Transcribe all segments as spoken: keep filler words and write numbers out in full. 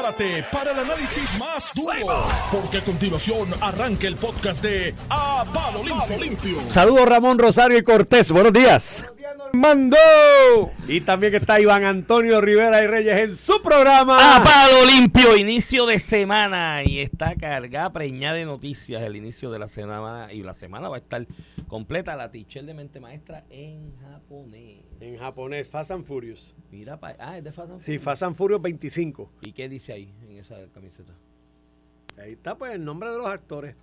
Prepárate para el análisis más duro, porque a continuación arranca el podcast de A Palo Limpio. Limpio. Saludos Ramón Rosario y Cortés, buenos días. Buenos días, Normando. Y también está Iván Antonio Rivera y Reyes en su programa A Palo Limpio, inicio de semana, y está cargada, preñada de noticias el inicio de la semana, y la semana va a estar completa. La teacher de Mente Maestra en japonés. En japonés, Fast and Furious. Mira, pa, ah, es de Fast and Furious. Sí, Fast and Furious veinticinco. ¿Y qué dice ahí en esa camiseta? Ahí está pues el nombre de los actores.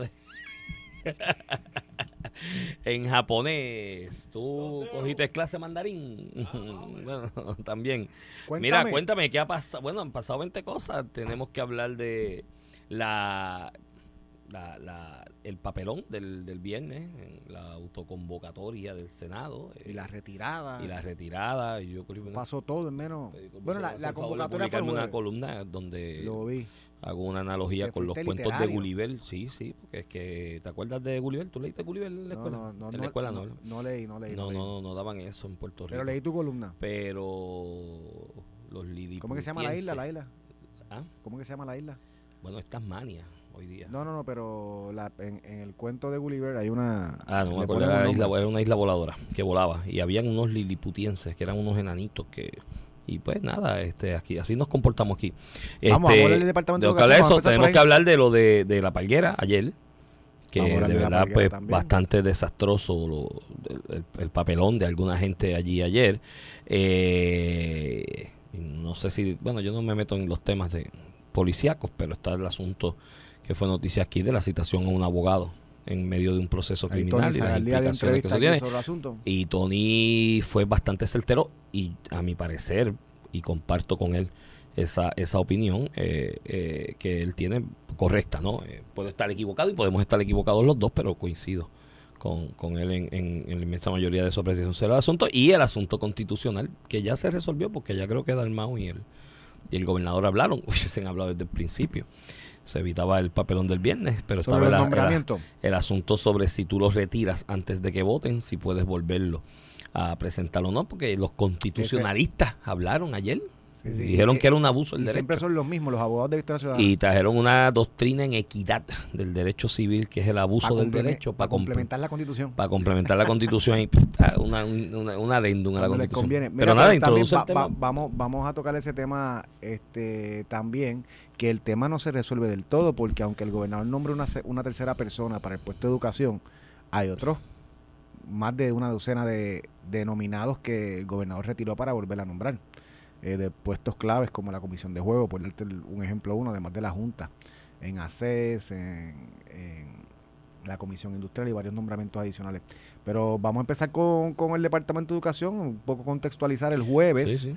En japonés. ¿Tú cogiste clase mandarín? Bueno, también. Cuéntame. Mira, cuéntame qué ha pasado. Bueno, han pasado veinte cosas. Tenemos que hablar de la, la, la el papelón del, del viernes, la autoconvocatoria del Senado. Y eh, la retirada. Y la retirada. Y yo pasó todo en menos. Bueno, la, la convocatoria fue una columna donde lo vi. Hago una analogía con los cuentos literario. de Gulliver. Sí, sí, porque es que, ¿te acuerdas de Gulliver? ¿Tú leíste Gulliver en la escuela? No, no, no, en la escuela no, no. No, no leí, no leí. No, no, leí. no, no, no daban eso en Puerto Rico. Pero leí tu columna. Pero los liliputienses. ¿Cómo que se llama la isla? La isla. ¿Ah? ¿Cómo que se llama la isla? Bueno, es Tasmania hoy día. No, no, no, pero la, en, en el cuento de Gulliver hay una... Ah, no me acuerdo, era, la isla, era una isla voladora que volaba. Y habían unos liliputienses que eran unos enanitos que... Y pues nada, este, aquí así nos comportamos aquí. Este, vamos a hablar del Departamento de Educación. Eso, tenemos que ahí. hablar de lo de, de la palguera ayer, que de, de verdad pues también. Bastante desastroso lo, el, el, el papelón de alguna gente allí ayer. Eh, no sé si, bueno, yo no me meto en los temas de policíacos, pero está el asunto que fue noticia aquí de la citación a un abogado en medio de un proceso criminal y las implicaciones que eso tiene. Y Tony fue bastante certero y a mi parecer, y comparto con él esa esa opinión eh, eh, que él tiene correcta, ¿no? Eh, puedo estar equivocado y podemos estar equivocados los dos, pero coincido con, con él en, en, en la inmensa mayoría de su apreciación sobre el asunto y el asunto constitucional que ya se resolvió porque ya creo que Dalmau y el, y el gobernador hablaron, se han hablado desde el principio. Se evitaba el papelón del viernes, pero estaba el, el, el asunto sobre si tú los retiras antes de que voten, si puedes volverlo a presentar o no, porque los constitucionalistas Ese. hablaron ayer. Sí, sí, dijeron sí, que era un abuso del derecho. Siempre son los mismos, los abogados de Victoria Ciudadana. Y trajeron una doctrina en equidad del derecho civil, que es el abuso del derecho. Para complementar la Constitución. Para complementar la Constitución y una, una, una adendum a la Constitución. Mira, pero nada, introduce va, el tema. Va, vamos, vamos a tocar ese tema este también, que el tema no se resuelve del todo, porque aunque el gobernador nombre una, una tercera persona para el puesto de educación, hay otros, más de una docena de, de nominados que el gobernador retiró para volver a nombrar. Eh, de puestos claves como la Comisión de Juego, por darte un ejemplo uno, además de la Junta, en A C E S, en, en la Comisión Industrial y varios nombramientos adicionales. Pero vamos a empezar con, con el Departamento de Educación, un poco contextualizar el jueves. Sí, sí.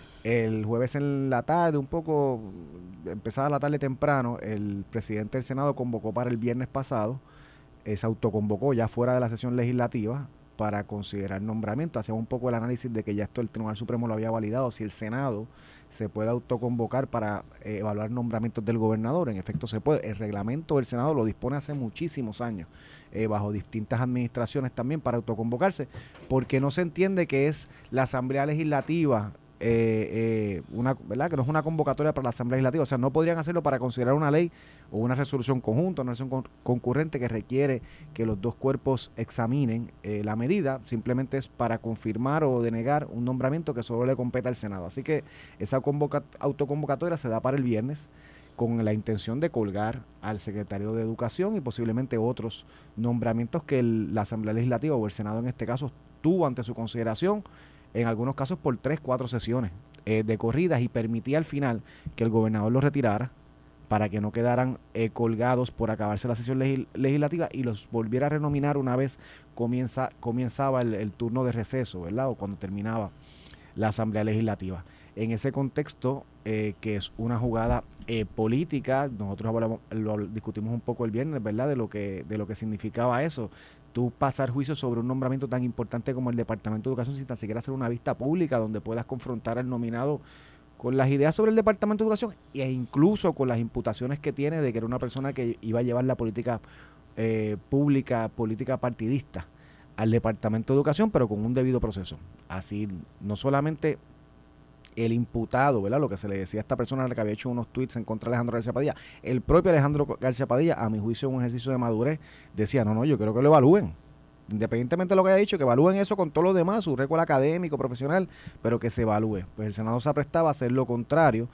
El jueves en la tarde, un poco, empezada la tarde temprano, el presidente del Senado convocó para el viernes pasado, eh, se autoconvocó ya fuera de la sesión legislativa, para considerar nombramiento. Hacemos un poco el análisis de que ya esto el Tribunal Supremo lo había validado, si el Senado se puede autoconvocar para eh, evaluar nombramientos del gobernador. En efecto se puede. El reglamento del Senado lo dispone hace muchísimos años, eh, bajo distintas administraciones también para autoconvocarse, porque no se entiende que es la Asamblea Legislativa, eh, eh, una, ¿verdad? Que no es una convocatoria para la Asamblea Legislativa, o sea, no podrían hacerlo para considerar una ley o una resolución conjunta, una resolución con, concurrente que requiere que los dos cuerpos examinen eh, la medida, simplemente es para confirmar o denegar un nombramiento que solo le compete al Senado. Así que esa convoca, autoconvocatoria se da para el viernes con la intención de colgar al secretario de Educación y posiblemente otros nombramientos que el, la Asamblea Legislativa o el Senado en este caso tuvo ante su consideración, en algunos casos por tres, cuatro sesiones eh, de corridas, y permitía al final que el gobernador los retirara para que no quedaran eh, colgados por acabarse la sesión legis- legislativa y los volviera a renominar una vez comienza, comenzaba el, el turno de receso, ¿verdad? O cuando terminaba la Asamblea Legislativa. En ese contexto, eh, que es una jugada eh, política, nosotros hablamos, lo discutimos un poco el viernes, ¿verdad? De lo que, de lo que significaba eso. Tú pasar juicio sobre un nombramiento tan importante como el Departamento de Educación sin tan siquiera hacer una vista pública donde puedas confrontar al nominado con las ideas sobre el Departamento de Educación e incluso con las imputaciones que tiene de que era una persona que iba a llevar la política eh, pública, política partidista al Departamento de Educación, pero con un debido proceso. Así, no solamente el imputado, ¿verdad? Lo que se le decía a esta persona que había hecho unos tweets en contra de Alejandro García Padilla, el propio Alejandro García Padilla, a mi juicio, en un ejercicio de madurez, decía, no, no, yo creo que lo evalúen. Independientemente de lo que haya dicho, que evalúen eso con todo lo demás, su récord académico, profesional, pero que se evalúe. Pues el Senado se aprestaba a hacer lo contrario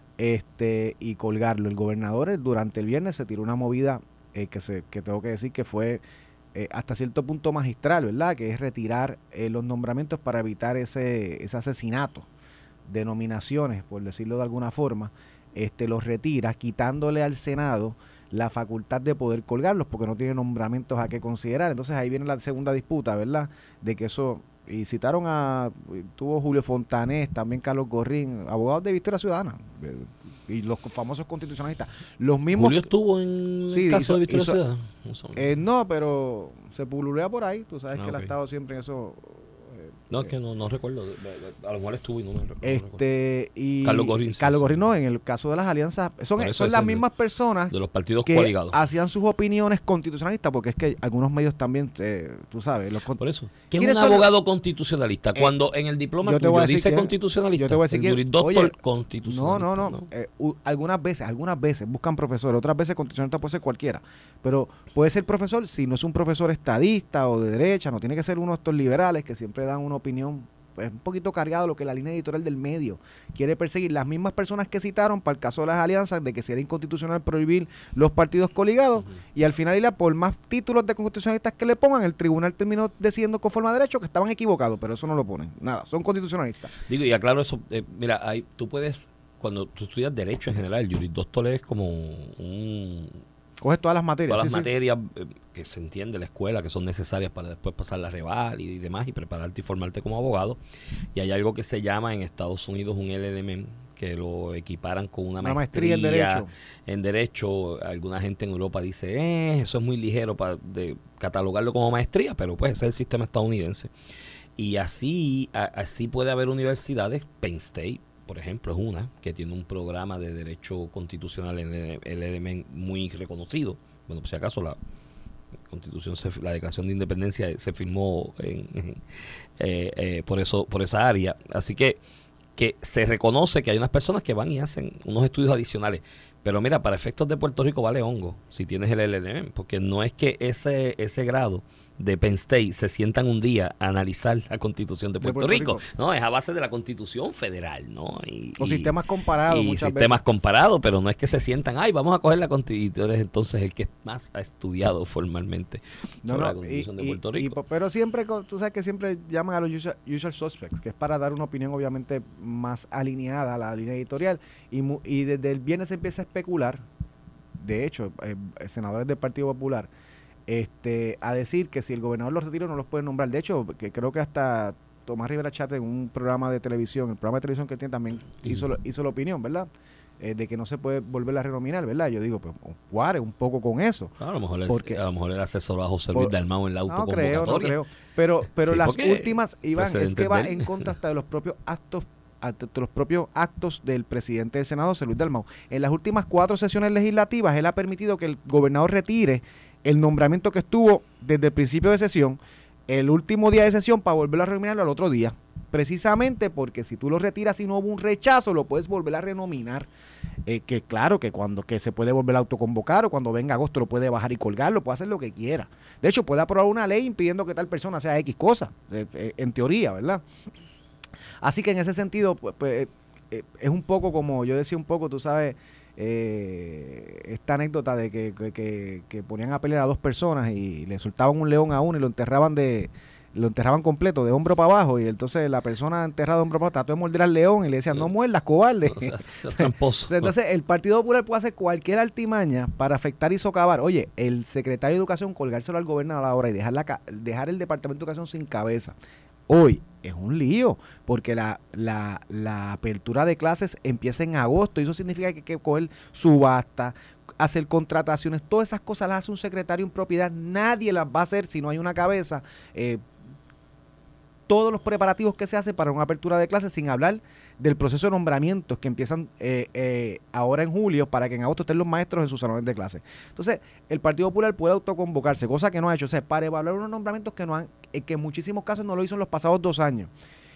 este y colgarlo. El gobernador durante el viernes se tiró una movida eh, que, se, que tengo que decir que fue eh, hasta cierto punto magistral, ¿verdad? Que es retirar eh, los nombramientos para evitar ese, ese asesinato de nominaciones, por decirlo de alguna forma, este los retira, quitándole al Senado la facultad de poder colgarlos, porque no tiene nombramientos a qué considerar. Entonces ahí viene la segunda disputa, ¿verdad? De que eso, y citaron a, tuvo Julio Fontanés, también Carlos Gorrín, abogados de Victoria Ciudadana, y los famosos constitucionalistas. Los mismos. ¿Julio estuvo en sí, el caso hizo, de Victoria hizo, Ciudadana? Eh, no, pero se pululea por ahí, tú sabes ah, que él okay. ha estado siempre en eso. No, es que no, no recuerdo. A lo mejor estuvo y no me recuerdo. Este, y Carlos Gorrín. Carlos Gorrín, no, en el caso de las alianzas, son, son las mismas de, personas de los partidos que coaligados hacían sus opiniones constitucionalistas, porque es que algunos medios también, eh, tú sabes. Los Por eso. ¿Quién es un abogado los? constitucionalista? Eh, Cuando en el diploma yo te voy a decir dice que, constitucionalista, yo te voy a decir que, el doctor oye, constitucionalista. No, no, no. no. Eh, uh, algunas veces, algunas veces buscan profesores, otras veces constitucionalista puede ser cualquiera. Pero puede ser profesor si no es un profesor estadista o de derecha, no tiene que ser uno de estos liberales que siempre dan una opinión pues un poquito cargado lo que la línea editorial del medio quiere perseguir. Las mismas personas que citaron para el caso de las alianzas, de que si era inconstitucional prohibir los partidos coligados, uh-huh. y al final, y la, por más títulos de constitucionalistas que le pongan, el tribunal terminó decidiendo conforme a derecho que estaban equivocados, pero eso no lo ponen. Nada, son constitucionalistas. Digo, y aclaro eso, eh, mira, hay, tú puedes, cuando tú estudias derecho en general, el jurisdoctor es como un... Coges todas las materias. Todas sí, las sí. materias eh, que se entiende en la escuela, que son necesarias para después pasar la reval y demás, y prepararte y formarte como abogado. Y hay algo que se llama en Estados Unidos un L L M, que lo equiparan con una, una maestría, maestría en derecho. En derecho, alguna gente en Europa dice, eh, eso es muy ligero para de catalogarlo como maestría, pero pues ese es el sistema estadounidense. Y así, a, así puede haber universidades, Penn State, por ejemplo, es una que tiene un programa de derecho constitucional en el L L M muy reconocido. Bueno, por si acaso la Constitución, se, la Declaración de Independencia se firmó en, en, eh, eh, por eso, por esa área. Así que que se reconoce que hay unas personas que van y hacen unos estudios adicionales. Pero mira, para efectos de Puerto Rico vale hongo si tienes el L L M, porque no es que ese ese grado de Penn State se sientan un día a analizar la Constitución de Puerto, de Puerto Rico. Rico. No, es a base de la Constitución federal, ¿no? Y, o y, sistemas comparados. Y muchas sistemas veces. comparados, pero no es que se sientan, ay, vamos a coger la Constitución. Entonces el que más ha estudiado formalmente no, sobre no, la Constitución y, de Puerto Rico. Y, pero siempre, tú sabes que siempre llaman a los usual, usual suspects, que es para dar una opinión obviamente más alineada a la línea editorial. Y, y desde el viernes se empieza a especular, de hecho, eh, senadores del Partido Popular, este a decir que si el gobernador los retira no los puede nombrar. De hecho, que creo que hasta Tomás Rivera Chat en un programa de televisión, el programa de televisión que tiene también uh-huh. hizo, hizo la opinión, ¿verdad? Eh, de que no se puede volver a renominar, ¿verdad? Yo digo, pues, guare un poco con eso. Ah, a lo mejor porque, el, a lo mejor el asesor a José Luis Dalmau en la autoconvocatoria. No creo, no creo. Pero, pero sí, las últimas, Iván, es que va de en contra hasta de los propios actos de los propios actos del presidente del Senado, José Luis Dalmau. En las últimas cuatro sesiones legislativas, él ha permitido que el gobernador retire el nombramiento que estuvo desde el principio de sesión, el último día de sesión, para volverlo a renominarlo al otro día. Precisamente porque si tú lo retiras y no hubo un rechazo, lo puedes volver a renominar. Eh, que claro, que cuando que se puede volver a autoconvocar o cuando venga agosto lo puede bajar y colgarlo, puede hacer lo que quiera. De hecho, puede aprobar una ley impidiendo que tal persona sea X cosa, eh, eh, en teoría, ¿verdad? Así que en ese sentido, pues, pues eh, es un poco como, yo decía un poco, tú sabes, eh, esta anécdota de que, que, que, que ponían a pelear a dos personas y le soltaban un león a uno y lo enterraban de lo enterraban completo, de hombro para abajo, y entonces la persona enterrada de hombro para abajo trató de morder al león y le decían, no muerdas, cobarde. O sea, es tramposo. Entonces, el Partido Popular puede hacer cualquier artimaña para afectar y socavar. Oye, el secretario de Educación, colgárselo al gobernador ahora y dejar, la, dejar el Departamento de Educación sin cabeza. Hoy es un lío, porque la, la, la apertura de clases empieza en agosto, y eso significa que hay que coger subasta, hacer contrataciones, todas esas cosas las hace un secretario en propiedad, nadie las va a hacer si no hay una cabeza. Eh, todos los preparativos que se hacen para una apertura de clases, sin hablar del proceso de nombramientos que empiezan eh, eh, ahora en julio, para que en agosto estén los maestros en sus salones de clases. Entonces, el Partido Popular puede autoconvocarse, cosa que no ha hecho, o sea, para evaluar unos nombramientos que no han, eh, que en muchísimos casos no lo hizo en los pasados dos años.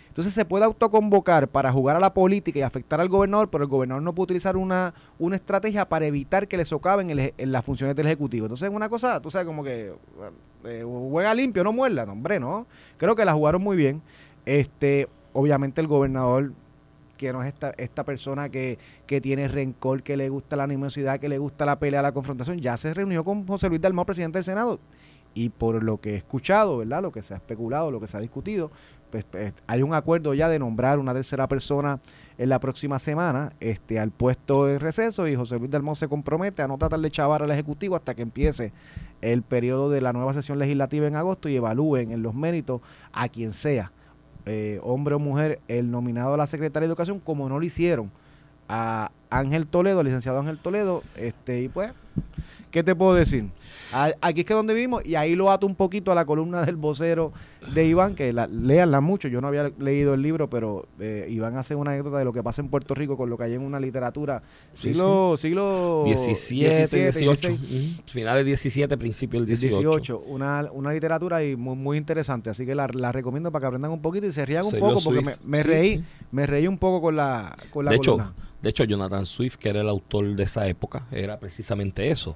Entonces se puede autoconvocar para jugar a la política y afectar al gobernador, pero el gobernador no puede utilizar una, una estrategia para evitar que le socaven el, en las funciones del Ejecutivo. Entonces es una cosa, tú sabes, como que eh, juega limpio, no muerda, no, hombre, no. Creo que la jugaron muy bien. Este, obviamente el gobernador, que no es esta, esta persona que, que tiene rencor, que le gusta la animosidad, que le gusta la pelea, la confrontación, ya se reunió con José Luis Dalmau, presidente del Senado, y por lo que he escuchado, ¿verdad?, lo que se ha especulado, lo que se ha discutido, pues, pues hay un acuerdo ya de nombrar una tercera persona en la próxima semana este, al puesto de receso, y José Luis Dalmau se compromete a no tratar de chavar al Ejecutivo hasta que empiece el periodo de la nueva sesión legislativa en agosto y evalúen en los méritos a quien sea, eh, hombre o mujer, el nominado a la Secretaría de Educación, como no lo hicieron a Ángel Toledo, al licenciado Ángel Toledo, este y pues, ¿qué te puedo decir? A, aquí es que donde vivimos, y ahí lo ato un poquito a la columna del vocero de Iván, que la, léanla mucho, yo no había leído el libro, pero eh, Iván hace una anécdota de lo que pasa en Puerto Rico con lo que hay en una literatura siglo, sí, sí. siglo diecisiete, dieciocho, uh-huh. Finales diecisiete, principio del dieciocho. dieciocho, una, una literatura y muy, muy interesante, así que la, la recomiendo para que aprendan un poquito y se rían un Serio poco, porque me, me sí, reí, sí. me reí un poco con la, con la de columna. Hecho, de hecho, Jonathan Swift, que era el autor de esa época, era precisamente eso.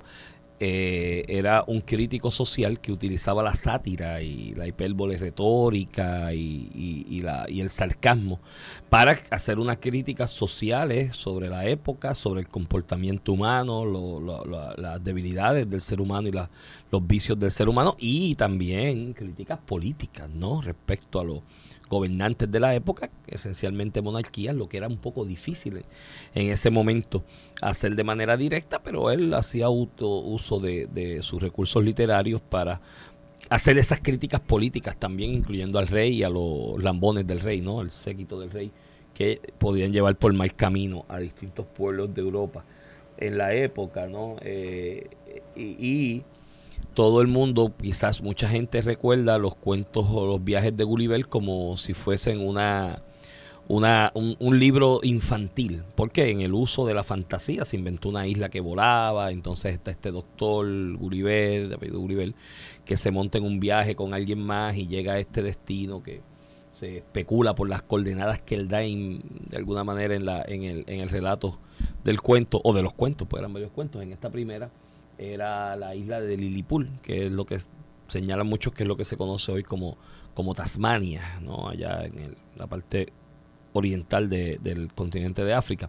Eh, era un crítico social que utilizaba la sátira y la hipérbole retórica y, y, y, la, y el sarcasmo para hacer unas críticas sociales sobre la época, sobre el comportamiento humano, lo, lo, lo, las debilidades del ser humano y la, los vicios del ser humano, y también críticas políticas, ¿no?, respecto a los gobernantes de la época, esencialmente monarquías, lo que era un poco difícil en ese momento hacer de manera directa, pero él hacía auto, uso de, de sus recursos literarios para hacer esas críticas políticas también, incluyendo al rey y a los lambones del rey, ¿no?, el séquito del rey, que podían llevar por mal camino a distintos pueblos de Europa en la época, ¿no? Eh, y, y todo el mundo, quizás mucha gente recuerda los cuentos o los viajes de Gulliver como si fuesen una, una un, un libro infantil, porque en el uso de la fantasía se inventó una isla que volaba, entonces está este doctor Gulliver, de apellido Gulliver, que se monta en un viaje con alguien más y llega a este destino que se especula por las coordenadas que él da en, de alguna manera en la en el, en el relato del cuento, o de los cuentos, pues eran varios cuentos. En esta primera era la isla de Lilliput, que es lo que señalan muchos que es lo que se conoce hoy como, como Tasmania, ¿no?, allá en el, la parte oriental de, del continente de África.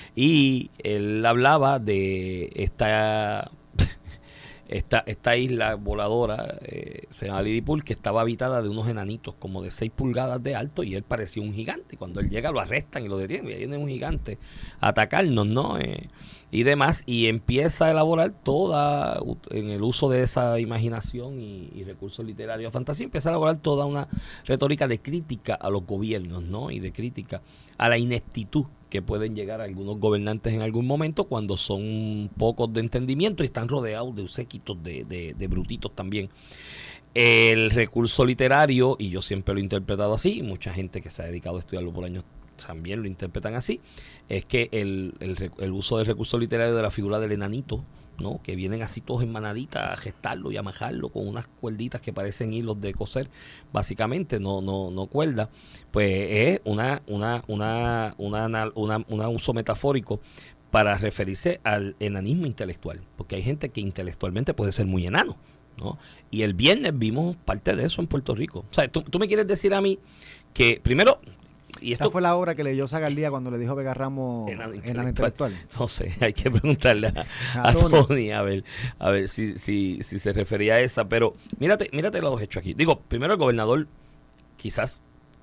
Y él hablaba de esta esta, esta isla voladora, eh, se llama Lilliput, que estaba habitada de unos enanitos como de seis pulgadas de alto, y él parecía un gigante. Cuando él llega lo arrestan y lo detienen, y ahí viene un gigante a atacarnos, ¿no? Eh, y demás, y empieza a elaborar toda, en el uso de esa imaginación y, y recursos literarios, fantasía, empieza a elaborar toda una retórica de crítica a los gobiernos, ¿no?, y de crítica a la ineptitud que pueden llegar a algunos gobernantes en algún momento cuando son pocos de entendimiento y están rodeados de séquitos de, de, de brutitos también. El recurso literario, y yo siempre lo he interpretado así, mucha gente que se ha dedicado a estudiarlo por años también lo interpretan así, es que el, el, el uso del recurso literario de la figura del enanito, ¿no?, que vienen así todos en manadita a gestarlo y a majarlo con unas cuerditas que parecen hilos de coser, básicamente, no no no cuerda, pues es una una una una una, una uso metafórico para referirse al enanismo intelectual, porque hay gente que intelectualmente puede ser muy enano, ¿no? Y el viernes vimos parte de eso en Puerto Rico. O sea, tú, tú me quieres decir a mí que primero, y esto, esa fue la obra que leyó Zagaldía cuando le dijo a Vega Ramos en la intelectual. No sé, hay que preguntarle a, a, a Tony. Tony a ver, a ver si, si, si se refería a esa. Pero mírate, mírate los hechos aquí. Digo, primero el gobernador, quizás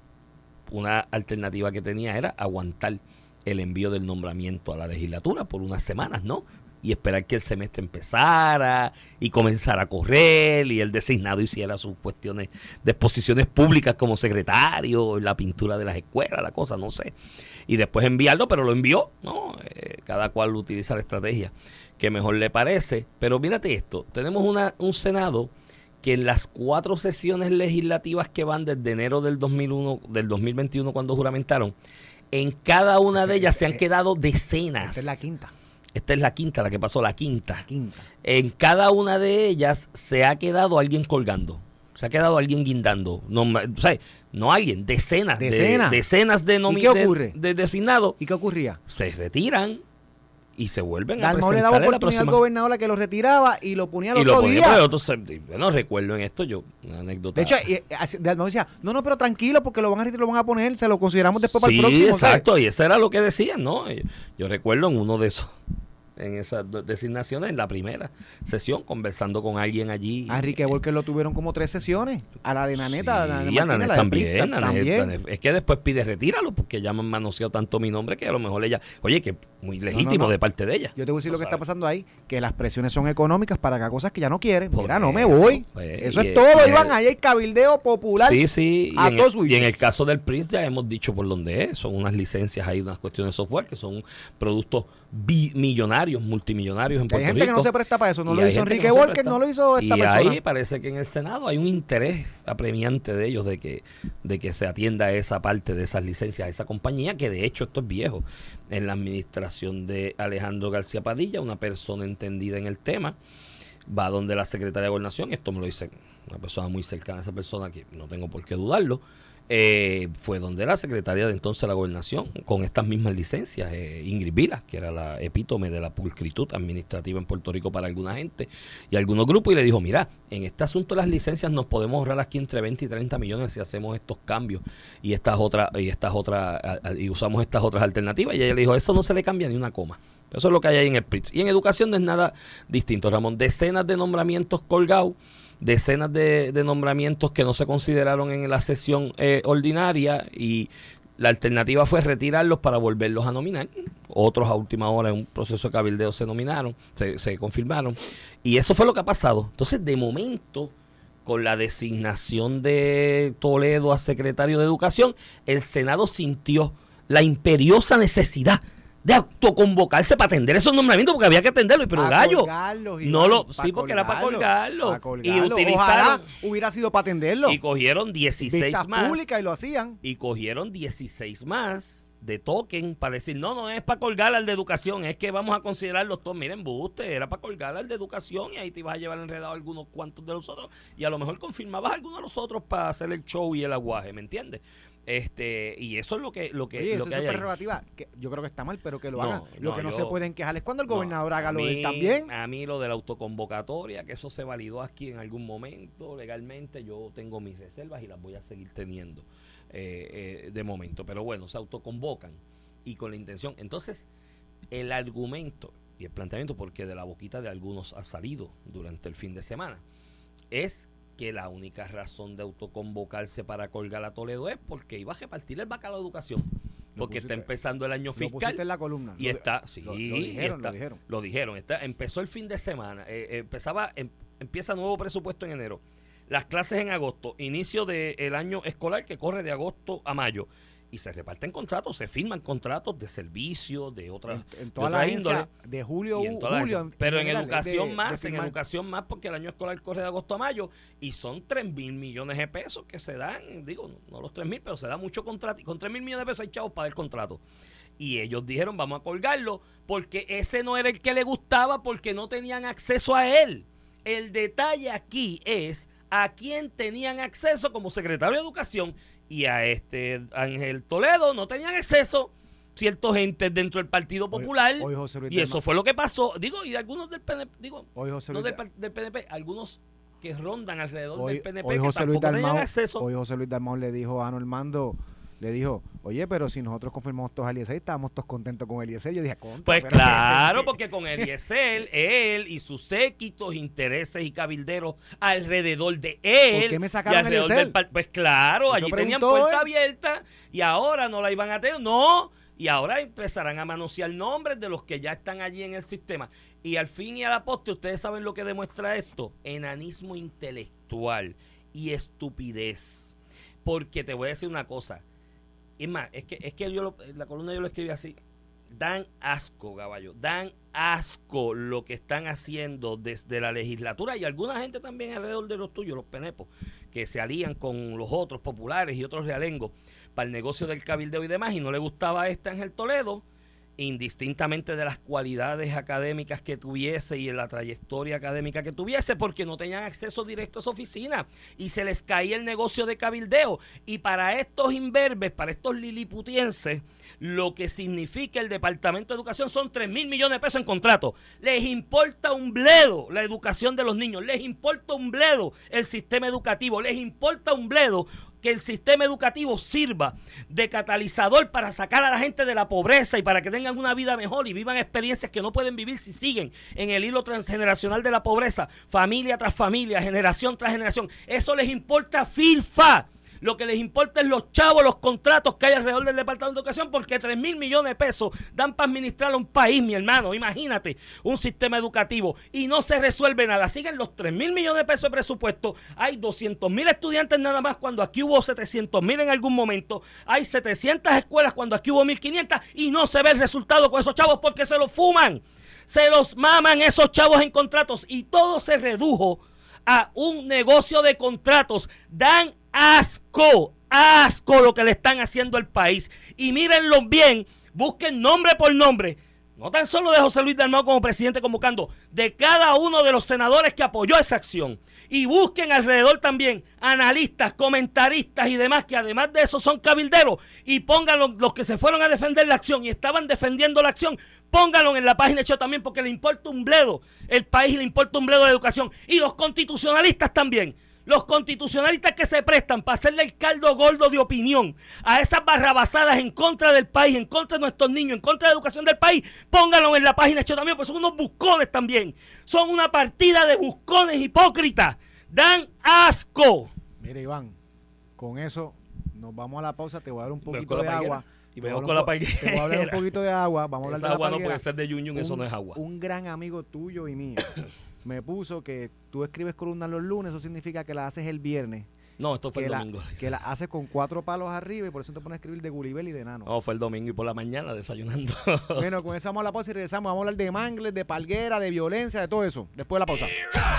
una alternativa que tenía era aguantar el envío del nombramiento a la legislatura por unas semanas, ¿no? Y esperar que el semestre empezara y comenzara a correr y el designado hiciera sus cuestiones de exposiciones públicas como secretario, la pintura de las escuelas, la cosa, no sé. Y después enviarlo, pero lo envió, ¿no? Eh, cada cual utiliza la estrategia que mejor le parece. Pero mírate esto, tenemos una, un Senado que en las cuatro sesiones legislativas que van desde enero del dos mil uno, del dos mil veintiuno cuando juramentaron, en cada una de ellas se han quedado decenas. Esta es la quinta. Esta es la quinta, la que pasó, la quinta. La quinta. En cada una de ellas se ha quedado alguien colgando. Se ha quedado alguien guindando. No, o sea, no alguien, decenas. ¿Decenas? De, decenas de nominados. ¿Y qué ocurre? De, de designados. ¿Y qué ocurría? Se retiran y se vuelven Dalmau a presentar le daba en la oportunidad próxima. al gobernador a que lo retiraba y lo ponía al y otro lo ponía día. por el otro, bueno, recuerdo en esto yo, una anécdota. De hecho, Dalmau decía, no, no, pero tranquilo porque lo van a retirar, lo van a poner, se lo consideramos después sí, para el próximo. Sí, exacto, ¿sabes? y eso era lo que decían, ¿no? Yo, yo recuerdo en uno de esos, en esas designaciones, en la primera sesión, conversando con alguien allí. A Enrique Volker lo tuvieron como tres sesiones. A la de Naneta. Sí, a Naneta Naneta también, Naneta, también. Naneta. Es que después pide retíralo porque ya me han manoseado tanto mi nombre que a lo mejor ella, oye, que muy legítimo no, no, no. de parte de ella. Yo te voy a decir lo lo que sabes. está pasando ahí, que las presiones son económicas para que cosas que ya no quieren. Por Mira, eso, no me voy. Pues, eso es y, todo, y Iván. El, ahí hay cabildeo popular. Sí, sí. A y, todo en el, y en el caso del P R I ya hemos dicho por dónde es. Son unas licencias ahí, unas cuestiones de software que son productos millonarios, multimillonarios en Puerto Rico. Hay gente Rico, que no se presta para eso. No lo hizo Enrique no Volker, no lo hizo esta y persona. Y ahí parece que en el Senado hay un interés apremiante de ellos de que, de que se atienda esa parte de esas licencias a esa compañía, que de hecho esto es viejo. En la administración de Alejandro García Padilla, una persona entendida en el tema, va donde la secretaria de Gobernación, esto me lo dice una persona muy cercana a esa persona, que no tengo por qué dudarlo, eh, fue donde la secretaria de entonces de la Gobernación, con estas mismas licencias, eh, Ingrid Vilas, que era la epítome de la pulcritud administrativa en Puerto Rico para alguna gente y algunos grupos, y le dijo, mira, en este asunto de las licencias nos podemos ahorrar aquí entre veinte y treinta millones si hacemos estos cambios y estas otras y estas otras y usamos estas otras alternativas. Y ella le dijo, eso no se le cambia ni una coma. Eso es lo que hay ahí en el P R I T. Y en educación no es nada distinto, Ramón. Decenas de nombramientos colgados, decenas de, de nombramientos que no se consideraron en la sesión eh, ordinaria, y la alternativa fue retirarlos para volverlos a nominar. Otros a última hora en un proceso de cabildeo se nominaron, se, se confirmaron. Y eso fue lo que ha pasado. Entonces, de momento, con la designación de Toledo a secretario de Educación, el Senado sintió la imperiosa necesidad de autoconvocarse para atender esos nombramientos, porque había que atenderlos, pero gallo, no lo, sí, porque era para colgarlo, y utilizaron, ojalá hubiera sido para atenderlo, y cogieron dieciséis vistas más, públicas y lo hacían, y cogieron dieciséis más de token para decir, no, no es para colgar al de educación, es que vamos a considerarlos todos. Miren, buste, era para colgar al de educación y ahí te ibas a llevar enredado algunos cuantos de los otros y a lo mejor confirmabas a algunos de los otros para hacer el show y el aguaje, ¿me entiendes? Este, y eso es lo que lo que, Oye, lo eso que es hay prerrogativa, que yo creo que está mal, pero que lo no, hagan. Lo no, que no yo, se pueden quejar es cuando el gobernador no, haga lo mí, de él también. A mí lo de la autoconvocatoria, que eso se validó aquí en algún momento legalmente, yo tengo mis reservas y las voy a seguir teniendo eh, eh, de momento. Pero bueno, se autoconvocan y con la intención. Entonces, el argumento y el planteamiento, porque de la boquita de algunos ha salido durante el fin de semana, es que la única razón de autoconvocarse para colgar a Toledo es porque iba a repartir el bacalao de educación, porque pusiste, está empezando el año fiscal en la columna, y lo, está sí lo, lo dijeron, está, lo dijeron lo dijeron está, empezó el fin de semana, eh, empezaba em, empieza nuevo presupuesto en enero, las clases en agosto, inicio del año escolar que corre de agosto a mayo, y se reparten contratos, se firman contratos de servicio, de otras en, en toda de otra la índole, de julio, y en toda julio la, pero en, en educación de, más, de en educación más, porque el año escolar corre de agosto a mayo, y son tres mil millones de pesos que se dan, digo, no, no los tres mil, pero se da mucho contrato, y con tres mil millones de pesos hay chavos para el contrato. Y ellos dijeron, vamos a colgarlo, porque ese no era el que le gustaba, porque no tenían acceso a él. El detalle aquí es a quién tenían acceso como secretario de Educación, y a este Ángel Toledo no tenían acceso ciertos gentes dentro del Partido Popular, hoy, hoy y eso fue lo que pasó, digo, y de algunos del P N P, digo, hoy José no Luis del, del P N P, algunos que rondan alrededor hoy, del P N P hoy que José tampoco Luis Dalmau, tenían acceso. Hoy José Luis Dalmau le dijo a Normando, le dijo, oye, pero si nosotros confirmamos todos a Eliezer, estábamos todos contentos con Eliezer. Yo dije, contra. Pues claro, Eliezer, porque con Eliezer, él y sus séquitos, intereses y cabilderos alrededor de él. ¿Por qué me sacaron y alrededor del, Pues claro, Eso allí tenían preguntó, puerta ¿eh? abierta y ahora no la iban a tener. No, y ahora empezarán a manosear nombres de los que ya están allí en el sistema. Y al fin y a la postre, ustedes saben lo que demuestra esto: enanismo intelectual y estupidez. Porque te voy a decir una cosa. Es más, es que, es que yo lo, la columna yo lo escribí así. Dan asco, caballo. Dan asco lo que están haciendo desde la legislatura y alguna gente también alrededor de los tuyos, los penepos, que se alían con los otros populares y otros realengos para el negocio del cabildeo y demás, y no le gustaba a este Ángel Toledo, indistintamente de las cualidades académicas que tuviese y en la trayectoria académica que tuviese, porque no tenían acceso directo a esa oficina y se les caía el negocio de cabildeo. Y para estos imberbes, para estos liliputienses, lo que significa el Departamento de Educación son tres mil millones de pesos en contrato. Les importa un bledo la educación de los niños, les importa un bledo el sistema educativo, les importa un bledo que el sistema educativo sirva de catalizador para sacar a la gente de la pobreza y para que tengan una vida mejor y vivan experiencias que no pueden vivir si siguen en el hilo transgeneracional de la pobreza, familia tras familia, generación tras generación. Eso les importa filfa. Lo que les importa es los chavos, los contratos que hay alrededor del Departamento de Educación, porque tres mil millones de pesos dan para administrar a un país, mi hermano. Imagínate, un sistema educativo y no se resuelve nada. Siguen los tres mil millones de pesos de presupuesto. Hay doscientos mil estudiantes nada más cuando aquí hubo setecientos mil en algún momento. Hay setecientas escuelas cuando aquí hubo mil quinientas y no se ve el resultado con esos chavos porque se los fuman. Se los maman esos chavos en contratos y todo se redujo a un negocio de contratos. Dan asco, asco lo que le están haciendo al país. Y mírenlo bien, busquen nombre por nombre, no tan solo de José Luis Dalmau como presidente convocando, de cada uno de los senadores que apoyó esa acción. Y busquen alrededor también analistas, comentaristas y demás, que además de eso son cabilderos, y pónganlo, los que se fueron a defender la acción y estaban defendiendo la acción, pónganlo en la página de Show también, porque le importa un bledo el país y le importa un bledo la educación. Y los constitucionalistas también. Los constitucionalistas que se prestan para hacerle el caldo gordo de opinión a esas barrabasadas en contra del país, en contra de nuestros niños, en contra de la educación del país, pónganlo en la página de Show también, porque son unos buscones también. Son una partida de buscones hipócritas. Dan asco. Mira, Iván, con eso nos vamos a la pausa. Te voy a dar un poquito de agua. Y me voy con la palguera. Te voy a hablar un poquito de agua. Vamos a hablar Esa de la agua palguera. no puede ser de Yunyun, eso no es agua. Un gran amigo tuyo y mío me puso que tú escribes columnas los lunes, eso significa que la haces el viernes. No, esto fue que el la, domingo. Que la haces con cuatro palos arriba y por eso te pones a escribir de Gulliver y de Nano. No, fue el domingo y por la mañana desayunando. Bueno, con eso vamos a la pausa y regresamos. Vamos a hablar de mangles, de palguera, de violencia, de todo eso. Después de la pausa.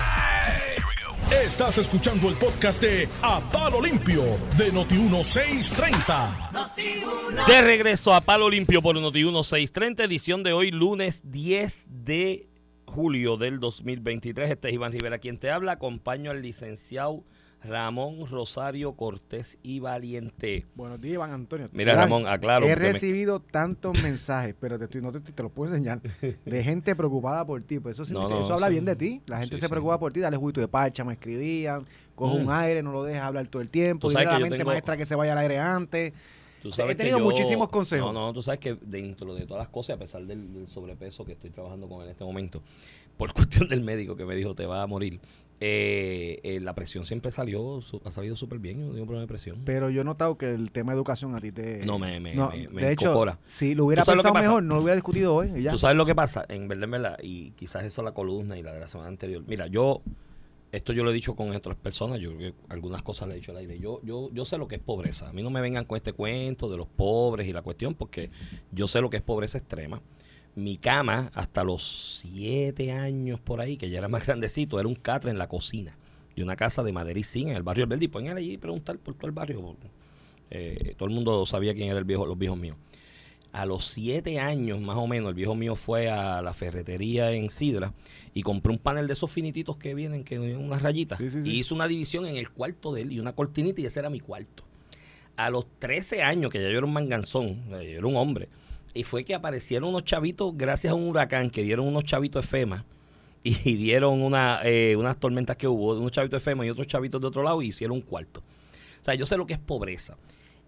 Estás escuchando el podcast de A Palo Limpio de Noti uno seiscientos treinta. De regreso a Palo Limpio por Noti uno seiscientos treinta, edición de hoy, lunes diez de julio del dos mil veintitrés. Este es Iván Rivera quien te habla. Acompaño al licenciado Ramón Rosario Cortés y Valiente. Buenos días, Iván Antonio. Mira, Iván, Ramón, aclaro. He recibido me... tantos mensajes, pero te, estoy, no te, te los puedo enseñar, de gente preocupada por ti. Pues eso, significa, no, no, eso habla sí, bien de ti. La gente sí, se preocupa sí. por ti. Dale juguito de parcha, me escribían. Coge mm. un aire, no lo dejes hablar todo el tiempo. Dile a la mente tengo... maestra que se vaya al aire antes. Tú sabes He tenido que yo, muchísimos consejos. No, no, tú sabes que dentro de todas las cosas, a pesar del, del sobrepeso que estoy trabajando con en este momento, por cuestión del médico que me dijo te va a morir, eh, eh, la presión siempre salió, su, ha salido súper bien, yo no tengo problema de presión. Pero yo he notado que el tema de educación a ti te... No, me, me, no, me, me de encocora. hecho, si lo hubiera pensado lo mejor, no lo hubiera discutido hoy. Y ya. Tú sabes lo que pasa, en verdad, en verdad, y quizás eso la columna y la de la semana anterior. Mira, yo... Esto yo lo he dicho con otras personas, yo creo que algunas cosas le he dicho al aire. Yo, yo, yo sé lo que es pobreza. A mí no me vengan con este cuento de los pobres y la cuestión, porque yo sé lo que es pobreza extrema. Mi cama, hasta los siete años por ahí, que ya era más grandecito, era un catre en la cocina de una casa de madera y zinc en el barrio del Verdi. Pueden allí preguntar por todo el barrio. Eh, todo el mundo sabía quién eran viejo, los viejos míos. A los siete años más o menos, el viejo mío fue a la ferretería en Sidra y compró un panel de esos finititos que vienen, que tienen unas rayitas, sí, sí, sí. y hizo una división en el cuarto de él y una cortinita, y ese era mi cuarto. A los trece años, que ya yo era un manganzón, yo era un hombre, y fue que aparecieron unos chavitos, gracias a un huracán, que dieron unos chavitos de FEMA, y dieron una, eh, unas tormentas que hubo, unos chavitos de FEMA y otros chavitos de otro lado, y hicieron un cuarto. O sea, yo sé lo que es pobreza.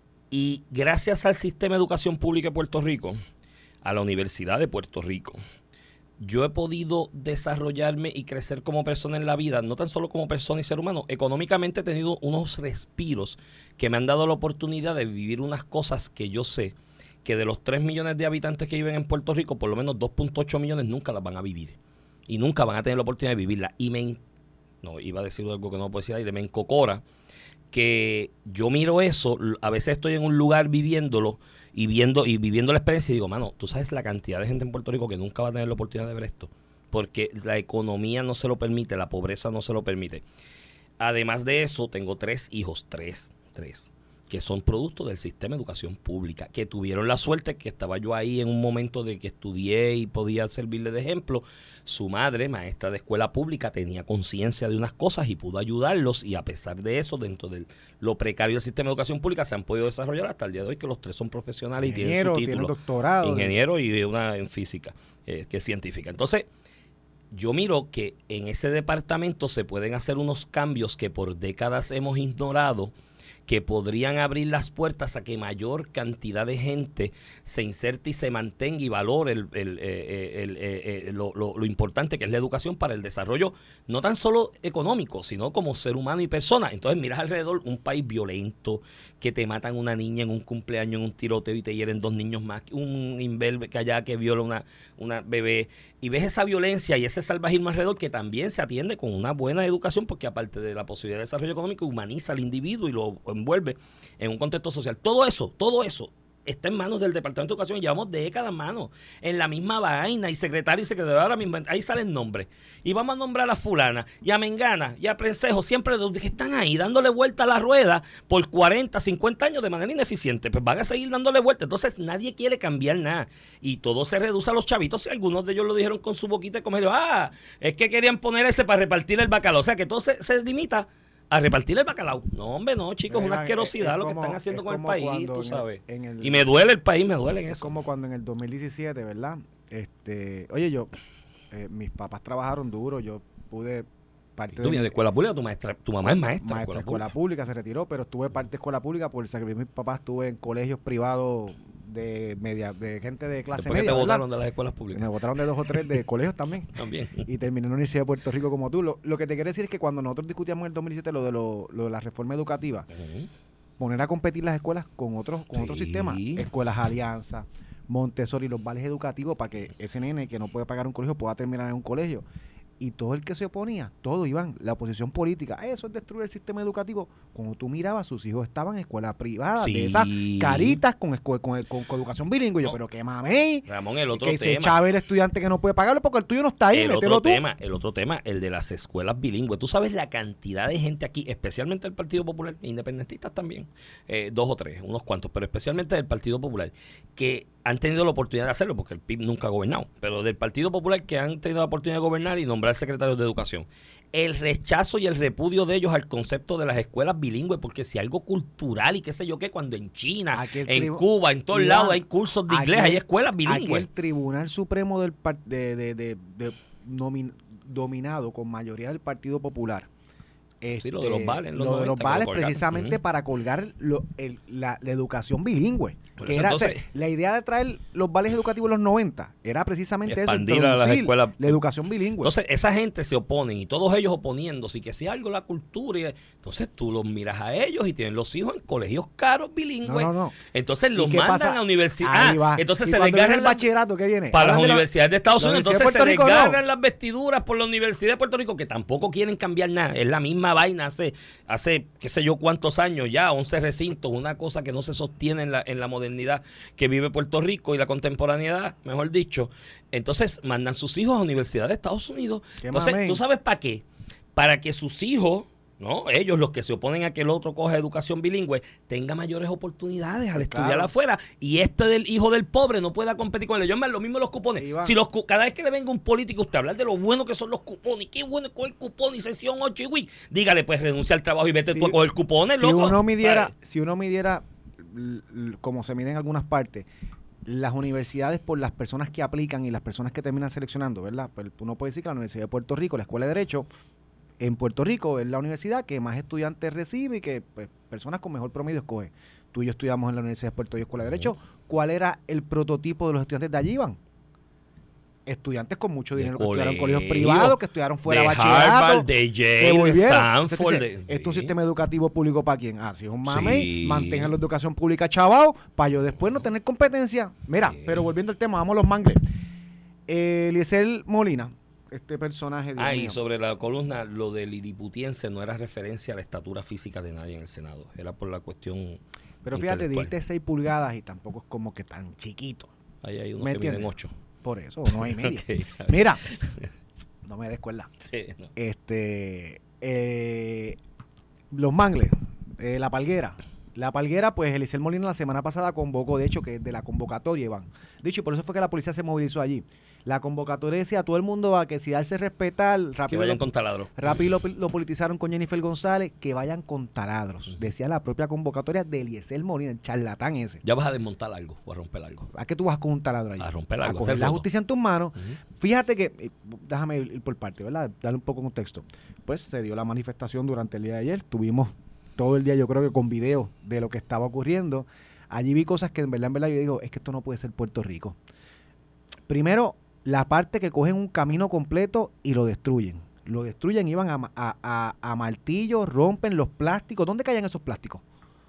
Y gracias al sistema de educación pública de Puerto Rico, a la Universidad de Puerto Rico, yo he podido desarrollarme y crecer como persona en la vida, no tan solo como persona y ser humano. Económicamente he tenido unos respiros que me han dado la oportunidad de vivir unas cosas que yo sé que de los tres millones de habitantes que viven en Puerto Rico, por lo menos dos punto ocho millones nunca las van a vivir. Y nunca van a tener la oportunidad de vivirlas. Y me... No, iba a decir algo que no puedo decir aire, me encocora que yo miro eso, a veces estoy en un lugar viviéndolo y viendo y viviendo la experiencia y digo, mano, tú sabes la cantidad de gente en Puerto Rico que nunca va a tener la oportunidad de ver esto, porque la economía no se lo permite, la pobreza no se lo permite. Además de eso, tengo tres hijos, tres, tres, que son productos del sistema de educación pública, que tuvieron la suerte, que estaba yo ahí en un momento de que estudié y podía servirle de ejemplo. Su madre, maestra de escuela pública, tenía conciencia de unas cosas y pudo ayudarlos, y a pesar de eso, dentro de lo precario del sistema de educación pública, se han podido desarrollar hasta el día de hoy, que los tres son profesionales y tienen su título. Tienen doctorado. Ingeniero y una en física, eh, que es científica. Entonces, yo miro que en ese departamento se pueden hacer unos cambios que por décadas hemos ignorado, que podrían abrir las puertas a que mayor cantidad de gente se inserte y se mantenga y valore el, el, eh, el, eh, eh, lo, lo, lo importante que es la educación para el desarrollo, no tan solo económico, sino como ser humano y persona. Entonces miras alrededor un país violento, que te matan una niña en un cumpleaños, en un tiroteo, y te hieren dos niños más, un imberbe que allá que viola una, una bebé, y ves esa violencia y ese salvajismo alrededor, que también se atiende con una buena educación, porque aparte de la posibilidad de desarrollo económico, humaniza al individuo y lo envuelve en un contexto social. Todo eso, todo eso está en manos del Departamento de Educación, y llevamos décadas en manos en la misma vaina, y secretario y secretario, ahora mismo ahí salen nombres, y vamos a nombrar a fulana, y a mengana, y a Prensejo, siempre que están ahí dándole vuelta a la rueda por cuarenta, cincuenta años de manera ineficiente, pues van a seguir dándole vuelta. Entonces nadie quiere cambiar nada, y todo se reduce a los chavitos, y algunos de ellos lo dijeron con su boquita de comer, ah, es que querían poner ese para repartir el bacalao, o sea que todo se, se limita a repartir el bacalao. No, hombre, no, chicos, es una asquerosidad es, es lo como, que están haciendo con el país, tú sabes. En el, y me duele el país, me duele en es eso. Como cuando en el dos mil diecisiete, ¿verdad? Este, oye, yo, eh, mis papás trabajaron duro, yo pude parte ¿Tú vienes de escuela pública? Tu, maestra, tu mamá es maestra. Maestra de escuela, escuela pública, se retiró, pero estuve parte de escuela pública por el sacrificio de mis papás. Estuve en colegios privados de media de gente de clase media. ¿Por qué te ¿verdad? votaron de las escuelas públicas? Me votaron de dos o tres de colegios también. También. Y terminé en la Universidad de Puerto Rico como tú. Lo, lo que te quiero decir es que cuando nosotros discutíamos en el dos mil diecisiete lo de, lo, lo de la reforma educativa, uh-huh. poner a competir las escuelas con otros con sí. otros sistemas, escuelas alianza, Montessori, los vales educativos para que ese nene que no puede pagar un colegio pueda terminar en un colegio. Y todo el que se oponía, todo iban, la oposición política, eso es destruir el sistema educativo. Cuando tú mirabas, sus hijos estaban en escuelas privadas, sí. de esas caritas con, con, con, con, con educación bilingüe. Yo, no. pero qué mamey, Ramón, el otro que tema. se chave el estudiante que no puede pagarlo porque el tuyo no está ahí, el mételo otro tú. tema, el otro tema, el de las escuelas bilingües. Tú sabes la cantidad de gente aquí, especialmente del Partido Popular, independentistas también, eh, dos o tres, unos cuantos, pero especialmente del Partido Popular, que han tenido la oportunidad de hacerlo, porque el P I B nunca ha gobernado, pero del Partido Popular que han tenido la oportunidad de gobernar y nombrar secretarios de educación. El rechazo y el repudio de ellos al concepto de las escuelas bilingües, porque si algo cultural y qué sé yo qué, cuando en China, en tribu- Cuba, en todos lados hay cursos de inglés, aquel, hay escuelas bilingües. Aquí el Tribunal Supremo del de, de, de, de nomin, dominado con mayoría del Partido Popular. Este, sí, lo de los vales. Lo noventa, de los vales precisamente uh-huh. para colgar lo, el, la, la educación bilingüe. Que era, entonces, o sea, la idea de traer los vales educativos en los noventa era precisamente eso, introducir a las escuelas, la educación bilingüe. Entonces, esa gente se opone y todos ellos oponiéndose y que sea algo la cultura. Y, entonces, tú los miras a ellos y tienen los hijos en colegios caros bilingües. No, no, no. Entonces, los mandan pasa? a universidad. Ah, entonces, y se desgarran el bachillerato que viene para las universidades de Estados Unidos. Entonces, se Rico, desgarran no. las vestiduras por la Universidad de Puerto Rico, que tampoco quieren cambiar nada. Es la misma vaina hace, hace qué sé yo cuántos años ya, once recintos, una cosa que no se sostiene en la, en la modernidad que vive Puerto Rico y la contemporaneidad, mejor dicho. Entonces mandan sus hijos a universidades de Estados Unidos. Entonces, mamey. ¿Tú sabes para qué? Para que sus hijos, ¿no? Ellos, los que se oponen a que el otro coja educación bilingüe, tenga mayores oportunidades al estudiar claro. afuera, y este del hijo del pobre no pueda competir con él. Yo me lo mismo los cupones. Si los cada vez que le venga un político usted hablar de lo bueno que son los cupones, qué bueno es coger cupones y sección ocho y uy, dígale pues renuncia al trabajo y vete si, tú a coger cupones, si loco. Uno midiera, si uno midiera como se mide en algunas partes, las universidades por las personas que aplican y las personas que terminan seleccionando, ¿verdad? Pues uno puede decir que la Universidad de Puerto Rico, la Escuela de Derecho, en Puerto Rico es la universidad que más estudiantes recibe y que pues, personas con mejor promedio escoge. Tú y yo estudiamos en la Universidad de Puerto Rico Escuela de Derecho. ¿Cuál era el prototipo de los estudiantes de allí, Iván? Estudiantes con mucho dinero que estudiaron en colegios privados, que estudiaron fuera de bachillerato, Harvard, de Yale, de Stanford. Entonces, ¿esto es un sistema educativo público para quién? Ah, si es un mame, sí. mantengan la educación pública chavao, para yo después no tener competencia. Mira, sí. pero volviendo al tema, vamos a los mangles. Eh, Eliezer Molina, este personaje... Ah, y sobre la columna, lo del liliputiense no era referencia a la estatura física de nadie en el Senado, era por la cuestión Pero fíjate, dijiste seis pulgadas y tampoco es como que tan chiquito. Ahí hay unos que miden ocho. Por eso, no hay media. Okay, mira, no me des cuerda. Sí, no. Este, eh, los mangles, eh, la palguera, La Palguera, pues Eliezer Molina la semana pasada convocó, de hecho, que de la convocatoria, Iván. De hecho, y por eso fue que la policía se movilizó allí. La convocatoria decía a todo el mundo a que si darse respetar, rápido, que vayan lo, con taladros. Rápido lo, lo politizaron con Jennifer González, que vayan con taladros. Uh-huh. Decía la propia convocatoria de Eliezer Molina, el charlatán ese. Ya vas a desmontar algo o a romper algo. ¿A qué tú vas con un taladro ahí? A romper algo. A coger la justicia en tus manos. Uh-huh. Fíjate que, déjame ir por parte, ¿verdad? Darle un poco de contexto. Pues se dio la manifestación durante el día de ayer. Tuvimos todo el día, yo creo que con video de lo que estaba ocurriendo. Allí vi cosas que en verdad, en verdad, yo digo, es que esto no puede ser Puerto Rico. Primero, la parte que cogen un camino completo y lo destruyen. Lo destruyen, iban a, a, a, a martillo, rompen los plásticos. ¿Dónde caen esos plásticos?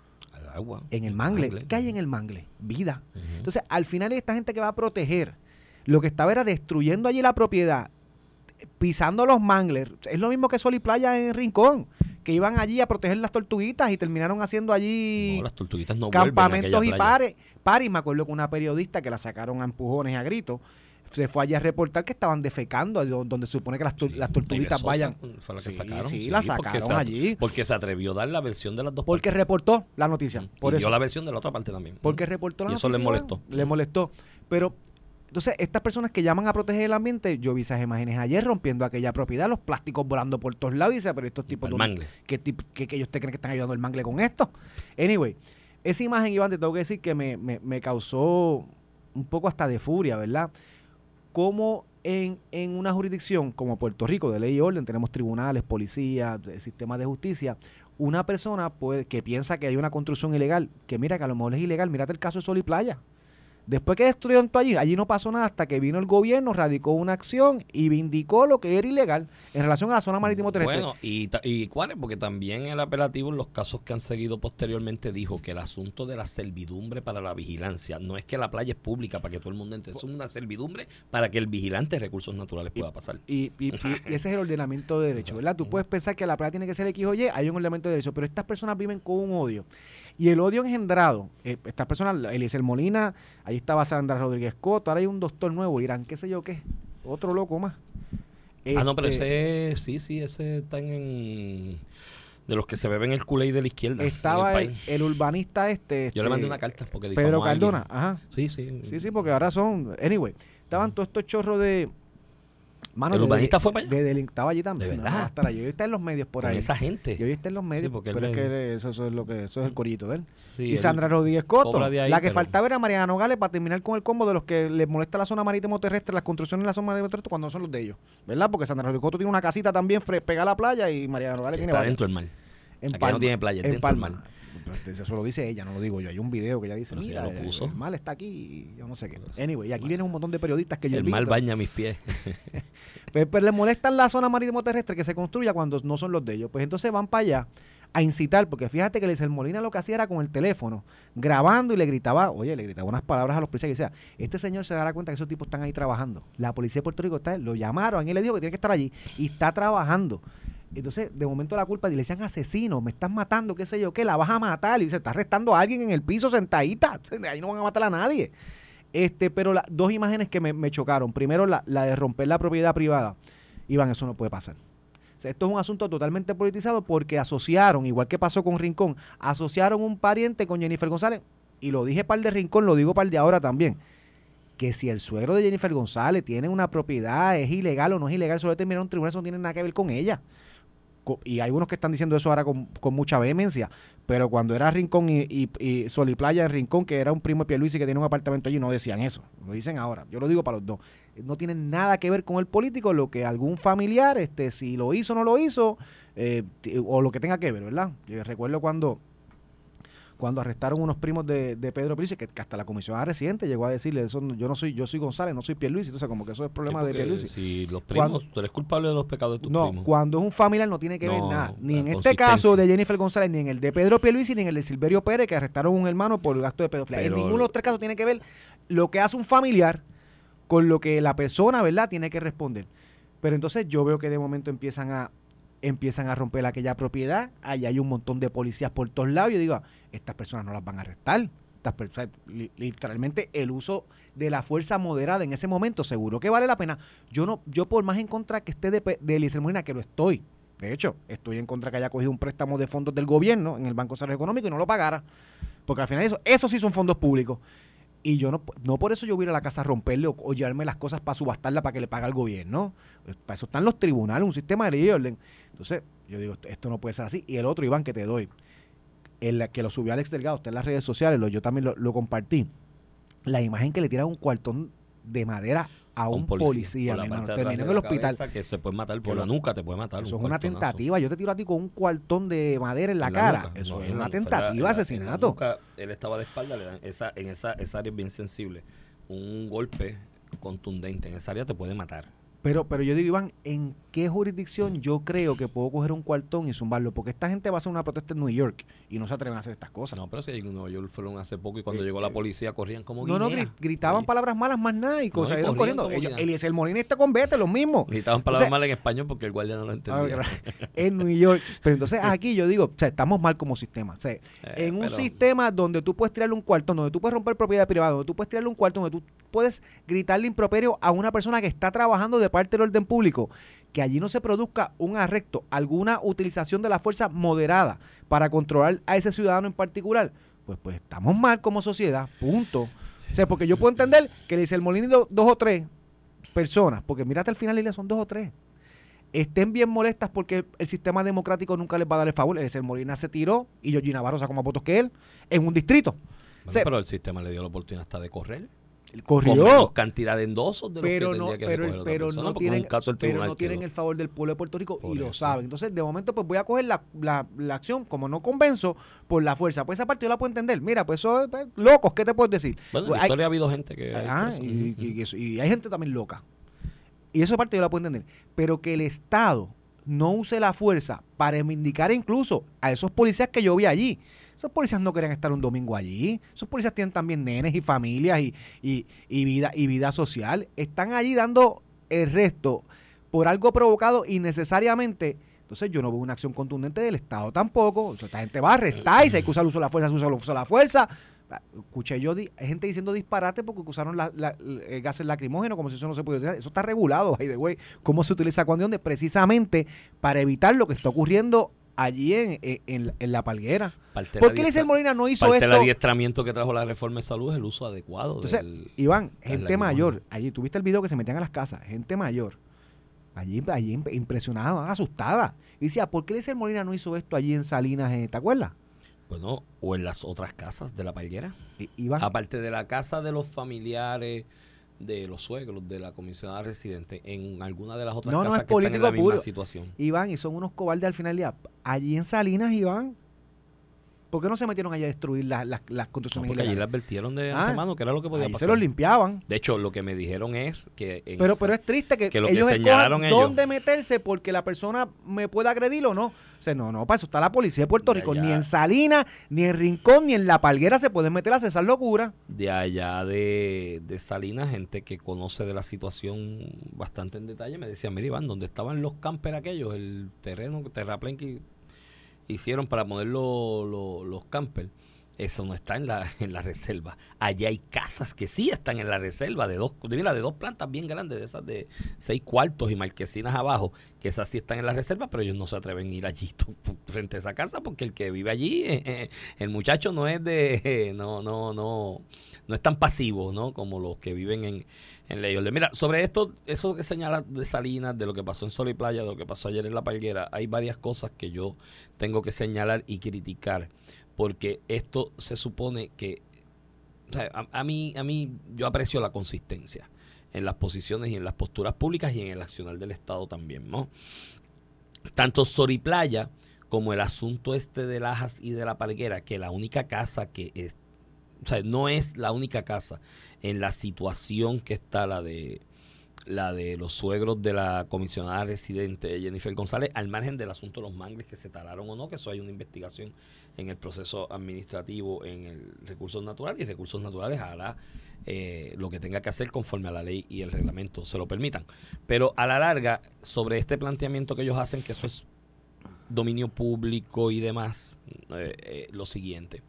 Al agua. En el mangle. mangle. ¿Qué hay en el mangle? Vida. Uh-huh. Entonces, al final, esta gente que va a proteger, lo que estaba era destruyendo allí la propiedad, pisando los mangles. Es lo mismo que Sol y Playa en Rincón, que iban allí a proteger las tortuguitas y terminaron haciendo allí no, las tortuguitas no campamentos y pares. Pares, me acuerdo que una periodista que la sacaron a empujones y a gritos, se fue allí a reportar que estaban defecando, donde se supone que las, tu, sí, las tortuguitas vayan. Fue la que sí, sacaron. Sí, sí, la sacaron porque allí. Se, porque se atrevió a dar la versión de las dos Porque partes. reportó la noticia. Mm, Por y eso. dio la versión de la otra parte también. Porque reportó la y noticia. Y eso les molestó. Les molestó. Pero entonces, estas personas que llaman a proteger el ambiente, yo vi esas imágenes ayer rompiendo aquella propiedad, los plásticos volando por todos lados y dice, pero estos tipos... El mangle. ¿Qué, que, que ellos te creen que están ayudando el mangle con esto? Anyway, esa imagen, Iván, te tengo que decir que me, me, me causó un poco hasta de furia, ¿verdad? Cómo en, en una jurisdicción como Puerto Rico, de ley y orden, tenemos tribunales, policías, sistemas de justicia, una persona puede, que piensa que hay una construcción ilegal, que mira que a lo mejor es ilegal, mírate el caso de Sol y Playa. Después que destruyeron todo allí, allí no pasó nada hasta que vino el gobierno, radicó una acción y vindicó lo que era ilegal en relación a la zona marítimo terrestre. Bueno, y, y cuáles, porque también el apelativo en los casos que han seguido posteriormente dijo que el asunto de la servidumbre para la vigilancia no es que la playa es pública para que todo el mundo entre, es una servidumbre para que el vigilante de recursos naturales pueda pasar. Y, y, y, y ese es el ordenamiento de derecho, ¿verdad? Tú puedes pensar que la playa tiene que ser X o Y, hay un ordenamiento de derecho, pero estas personas viven con un odio. Y el odio engendrado, eh, estas personas, Eliezer Molina, ahí estaba Sandra Rodríguez Coto, ahora hay un doctor nuevo, Irán, qué sé yo qué, otro loco más. Este, ah, no, pero ese, sí, sí, ese está en... de los que se beben el Kool-Aid de la izquierda. Estaba el, el, el urbanista este, este... Yo le mandé una carta porque Pedro Cardona, ajá. Sí, sí. Sí, sí, porque ahora son... Anyway, estaban todos estos chorros de... Mano, ¿el urbanista de, fue para allá? De, de, de, estaba allí también. ¿De verdad? No, hasta yo está en los medios por Con ahí. esa gente. Yo está en los medios, sí, pero es que eso, eso es lo que eso es el corillito de él. Sí, y Sandra Rodríguez Coto, ahí, la que pero... faltaba era Mariana Nogales para terminar con el combo de los que les molesta la zona marítimo terrestre, las construcciones en la zona marítimo terrestre cuando no son los de ellos, ¿verdad? Porque Sandra Rodríguez Coto tiene una casita también pegada a la playa y Mariana Nogales tiene está dentro del mar. En Palma, no tiene playa, en dentro del mar. Eso lo dice ella, no lo digo yo. Hay un video que ella dice, pero mira, si lo puso. El mal está aquí y yo no sé qué. Anyway, y aquí vienen un montón de periodistas que yo El mal baña mis pies. pero, pero les molestan la zona marítimo terrestre que se construya cuando no son los de ellos. Pues entonces van para allá a incitar, porque fíjate que Eliezer Molina lo que hacía era con el teléfono, grabando y le gritaba, oye, le gritaba unas palabras a los policías que decía, este señor se dará cuenta que esos tipos están ahí trabajando. La policía de Puerto Rico está, lo llamaron, y él le dijo que tiene que estar allí y está trabajando. Entonces, de momento la culpa, y le decían asesino, me estás matando, qué sé yo, qué, la vas a matar, y se está arrestando a alguien en el piso sentadita, ahí no van a matar a nadie. Este, pero la, dos imágenes que me, me chocaron. Primero, la, la de romper la propiedad privada. Iván, eso no puede pasar. O sea, esto es un asunto totalmente politizado porque asociaron, igual que pasó con Rincón, asociaron un pariente con Jennifer González, y lo dije par de Rincón, lo digo par de ahora también, que si el suegro de Jennifer González tiene una propiedad, es ilegal o no es ilegal, eso debe terminar en un tribunal, eso no tiene nada que ver con ella. Y hay unos que están diciendo eso ahora con, con mucha vehemencia, pero cuando era Rincón y, y, y Sol y Playa en Rincón, que era un primo de Pierluisi que tenía un apartamento allí, no decían eso, lo dicen ahora. Yo lo digo para los dos. No tiene nada que ver con el político, lo que algún familiar, este, si lo hizo o no lo hizo, eh, o lo que tenga que ver, ¿verdad? Yo recuerdo cuando cuando arrestaron unos primos de, de Pedro Pierluisi, que, que hasta la comisión residente llegó a decirle, eso, yo no soy yo soy González, no soy Pierluisi, entonces como que eso es problema sí, de Pierluisi. Si los primos, cuando, tú eres culpable de los pecados de tus no, primos. No, cuando es un familiar no tiene que no, ver nada, ni en este caso de Jennifer González, ni en el de Pedro Pierluisi, ni en el de Silverio Pérez, que arrestaron a un hermano por el gasto de pedofilia. En ninguno de los tres casos tiene que ver lo que hace un familiar con lo que la persona, ¿verdad?, tiene que responder. Pero entonces yo veo que de momento empiezan a empiezan a romper aquella propiedad, ahí hay un montón de policías por todos lados, y yo digo, estas personas no las van a arrestar, estas personas, literalmente el uso de la fuerza moderada en ese momento, seguro que vale la pena. Yo no, yo por más en contra que esté de, de Eliezer Molina, que lo estoy, De hecho, estoy en contra que haya cogido un préstamo de fondos del gobierno en el Banco Central Económico y no lo pagara. Porque al final eso, eso sí son fondos públicos. Y yo no, no por eso yo voy a ir a la casa a romperle o, o llevarme las cosas para subastarla para que le pague al gobierno. Para eso están los tribunales, un sistema de ley y orden. Entonces, yo digo, esto no puede ser así. Y el otro, Iván, que te doy, el que lo subió Alex Delgado, está en las redes sociales, lo, yo también lo, lo compartí. La imagen que le tiran un cuartón de madera a un, un policía, policía mi hermano, terminó en el hospital. Que se puede matar por la nuca, te puede matar. Eso es una tentativa. Yo te tiro a ti con un cuartón de madera en la, en la cara. Nuca. Eso no, es una tentativa de asesinato. En la nuca, él estaba de espalda, le dan esa, en esa, esa área es bien sensible. Un golpe contundente en esa área te puede matar. Pero, pero yo digo, Iván, ¿en qué jurisdicción yo creo que puedo coger un cuartón y zumbarlo? Porque esta gente va a hacer una protesta en New York y no se atreven a hacer estas cosas. No, pero si en Nueva York fueron hace poco y cuando eh, llegó la policía corrían como No, guinea. no, gritaban sí. palabras malas más nada y cosas. No, y corriendo. Eliezer Molina está con Vete, los mismos. Gritaban palabras o sea, malas en español porque el guardia no lo entendía. En New York. Pero entonces aquí yo digo, o sea, estamos mal como sistema. O sea, eh, en un pero, sistema donde tú puedes tirarle un cuartón, donde tú puedes romper propiedad privada, donde tú puedes tirarle un cuartón, donde tú puedes gritarle improperio a una persona que está trabajando de parte del orden público, que allí no se produzca un arresto, alguna utilización de la fuerza moderada para controlar a ese ciudadano en particular, pues pues estamos mal como sociedad, punto. O sea, porque yo puedo entender que le dice el Molina dos, dos o tres personas, porque mírate al final y son dos o tres, estén bien molestas porque el sistema democrático nunca les va a dar el favor. El Molina se tiró y Georgie Navarro sacó más votos que él en un distrito. Bueno, o sea, pero el sistema le dio la oportunidad hasta de correr. Corrió. Con menos cantidad de endosos de pero los que no, tendría que pero, recoger pero persona, no tienen, caso pero no tienen el favor del pueblo de Puerto Rico y lo saben. Entonces, de momento, pues voy a coger la, la, la acción, como no convenzo, por la fuerza. Pues esa parte yo la puedo entender. Mira, pues eso pues, locos, ¿qué te puedo decir? Bueno, en pues, la historia ha habido gente que... Ah, y, y, y, y hay gente también loca. Y esa parte yo la puedo entender. Pero que el Estado no use la fuerza para indicar incluso a esos policías que yo vi allí. Esos policías no querían estar un domingo allí. Esos policías tienen también nenes y familias y, y, y vida y vida social. Están allí dando el resto por algo provocado innecesariamente. Entonces yo no veo una acción contundente del Estado tampoco. O sea, esta gente va a arrestar y si hay que usar el uso de la fuerza, se usa el uso de la fuerza. Escuché yo, hay gente diciendo disparate porque usaron la, la, el gases lacrimógenos como si eso no se pudiera utilizar. Eso está regulado, by the way. ¿Cómo se utiliza cuando dónde? Precisamente para evitar lo que está ocurriendo allí en, en, en la Palguera. ¿Por qué Eliezer Molina no hizo parte esto? Parte del adiestramiento que trajo la reforma de salud es el uso adecuado. Entonces, del, Iván, gente mayor, allí tuviste el video que se metían a las casas, gente mayor, allí, allí impresionada, asustada. Y decía, ¿por qué Eliezer Molina no hizo esto allí en Salinas? ¿Te acuerdas? Bueno, o en las otras casas de la Palguera. I, Iván. Aparte de la casa de los familiares, de los suegros, de la comisionada residente, en alguna de las otras no, casas no es que están en la misma puro. situación. Iván, y son unos cobardes al final del día. Allí en Salinas, Iván, ¿por qué no se metieron allá a destruir las, las, las construcciones no, porque ilegales? allí le advirtieron de ah, antemano que era lo que podía ahí pasar. Se los limpiaban. De hecho, lo que me dijeron es que... En pero esa, pero es triste que, que lo ellos que señalaron escojan ellos, dónde meterse porque la persona me pueda agredir o no. O sea, no, no, para eso está la policía de Puerto Rico. allá, ni en Salinas, ni en Rincón, ni en La Palguera se pueden meter a hacer esas locuras. De allá de, de Salinas, gente que conoce de la situación bastante en detalle, me decía, mira Iván, ¿dónde estaban los camper aquellos? El terreno, terraplén que hicieron para poner lo, lo, los campers. Eso no está en la en la reserva. Allá hay casas que sí están en la reserva de dos, de, mira, de dos plantas bien grandes, de esas de seis cuartos y marquesinas abajo, que esas sí están en la reserva, pero ellos no se atreven a ir allí frente a esa casa porque el que vive allí, eh, el muchacho no es de, eh, no, no, no, no es tan pasivo, ¿no? Como los que viven en, en Ley Orden. Mira, sobre esto, eso que señala de Salinas, de lo que pasó en Sol y Playa, de lo que pasó ayer en La Palguera, hay varias cosas que yo tengo que señalar y criticar. Porque esto se supone que, o sea, a, a mí, a mí yo aprecio la consistencia en las posiciones y en las posturas públicas y en el accionar del Estado también, ¿no? Tanto Soriplaya como el asunto este de Lajas y de La Palguera, que la única casa que es, o sea, no es la única casa en la situación que está la de la de los suegros de la comisionada residente Jennifer González, al margen del asunto de los mangles que se talaron o no, que eso hay una investigación en el proceso administrativo en el Recursos Naturales, y Recursos Naturales hará eh, lo que tenga que hacer conforme a la ley y el reglamento se lo permitan. Pero a la larga, sobre este planteamiento que ellos hacen, que eso es dominio público y demás, eh, eh, lo siguiente.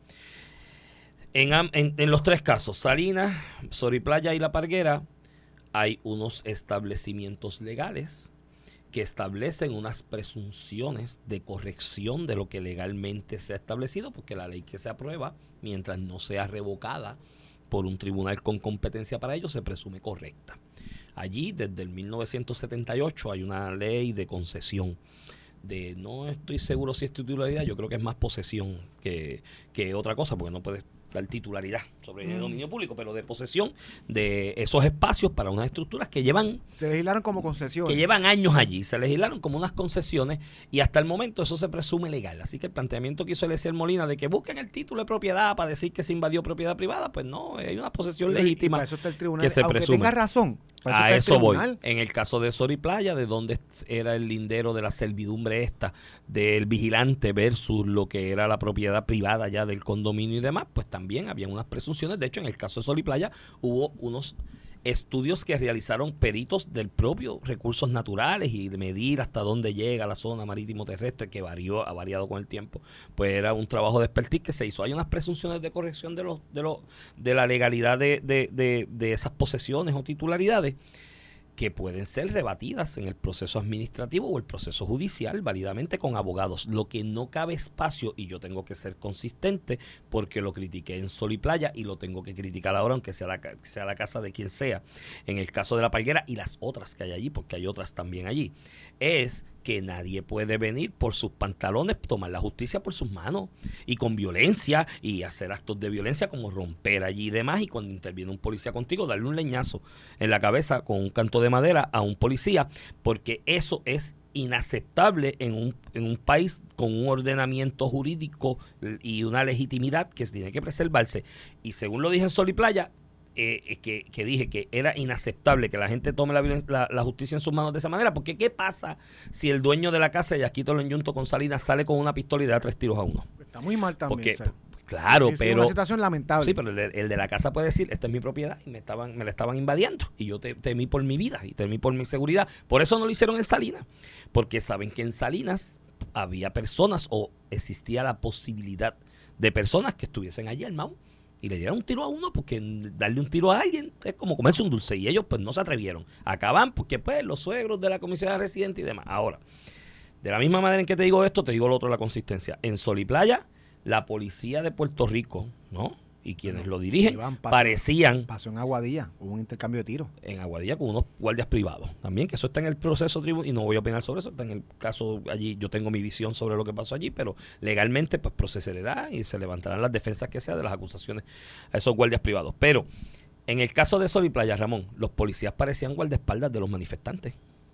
En, en, en los tres casos, Salinas, Soriplaya y La Palguera, hay unos establecimientos legales que establecen unas presunciones de corrección de lo que legalmente se ha establecido, porque la ley que se aprueba, mientras no sea revocada por un tribunal con competencia para ello, se presume correcta. Allí, desde el mil novecientos setenta y ocho, hay una ley de concesión. De no estoy seguro si es titularidad, yo creo que es más posesión que, que otra cosa, porque no puedes dar titularidad sobre el dominio público, pero de posesión de esos espacios para unas estructuras que llevan... Se legislaron como concesiones. Que llevan años allí, se legislaron como unas concesiones y hasta el momento eso se presume legal. Así que el planteamiento que hizo Eliezer Molina de que busquen el título de propiedad para decir que se invadió propiedad privada, pues no, hay una posesión legítima para eso está el tribunal, que se aunque presume. tenga razón. A eso voy. En el caso de Sori Playa, de donde era el lindero de la servidumbre esta, del vigilante versus lo que era la propiedad privada ya del condominio y demás, pues también había unas presunciones. De hecho, en el caso de Sori Playa hubo unos estudios que realizaron peritos del propio recursos naturales y de medir hasta dónde llega la zona marítimo terrestre, que varió, ha variado con el tiempo. Pues era un trabajo de expertise que se hizo. Hay unas presunciones de corrección de los de los de la legalidad de, de, de, de esas posesiones o titularidades que pueden ser rebatidas en el proceso administrativo o el proceso judicial válidamente con abogados. Lo que no cabe espacio, y yo tengo que ser consistente porque lo critiqué en Sol y Playa y lo tengo que criticar ahora, aunque sea la, sea la casa de quien sea, en el caso de La Palguera y las otras que hay allí, porque hay otras también allí, es que nadie puede venir por sus pantalones, tomar la justicia por sus manos y con violencia y hacer actos de violencia como romper allí y demás, y cuando interviene un policía contigo, darle un leñazo en la cabeza con un canto de madera a un policía, porque eso es inaceptable en un, en un país con un ordenamiento jurídico y una legitimidad que tiene que preservarse. Y según lo dije en Sol y Playa, Eh, que, que dije que era inaceptable que la gente tome la, la, la justicia en sus manos de esa manera, porque ¿qué pasa si el dueño de la casa de Yasquito Lenyunto con Salinas sale con una pistola y da tres tiros a uno? Está muy mal también. Porque, o sea, claro, sí, pero... Es una situación lamentable. Sí, pero el de, el de la casa puede decir, esta es mi propiedad y me estaban me la estaban invadiendo y yo te, temí por mi vida y temí por mi seguridad. Por eso no lo hicieron en Salinas, porque saben que en Salinas había personas o existía la posibilidad de personas que estuviesen allí armados y le dieron un tiro a uno, porque darle un tiro a alguien es como comerse un dulce, y ellos pues no se atrevieron. Acaban porque pues los suegros de la comisaría residente y demás. Ahora, de la misma manera en que te digo esto, te digo lo otro de la consistencia. En Sol y Playa, la policía de Puerto Rico, ¿no? Y quienes lo dirigen, Iván, pasó, parecían... Pasó en Aguadilla, hubo un intercambio de tiros. En Aguadilla con unos guardias privados. También, que eso está en el proceso tribunal, y no voy a opinar sobre eso, está en el caso allí, yo tengo mi visión sobre lo que pasó allí, pero legalmente pues procesará y se levantarán las defensas que sea de las acusaciones a esos guardias privados. Pero, en el caso de Sol y Playa, Ramón, los policías parecían guardaespaldas de los manifestantes.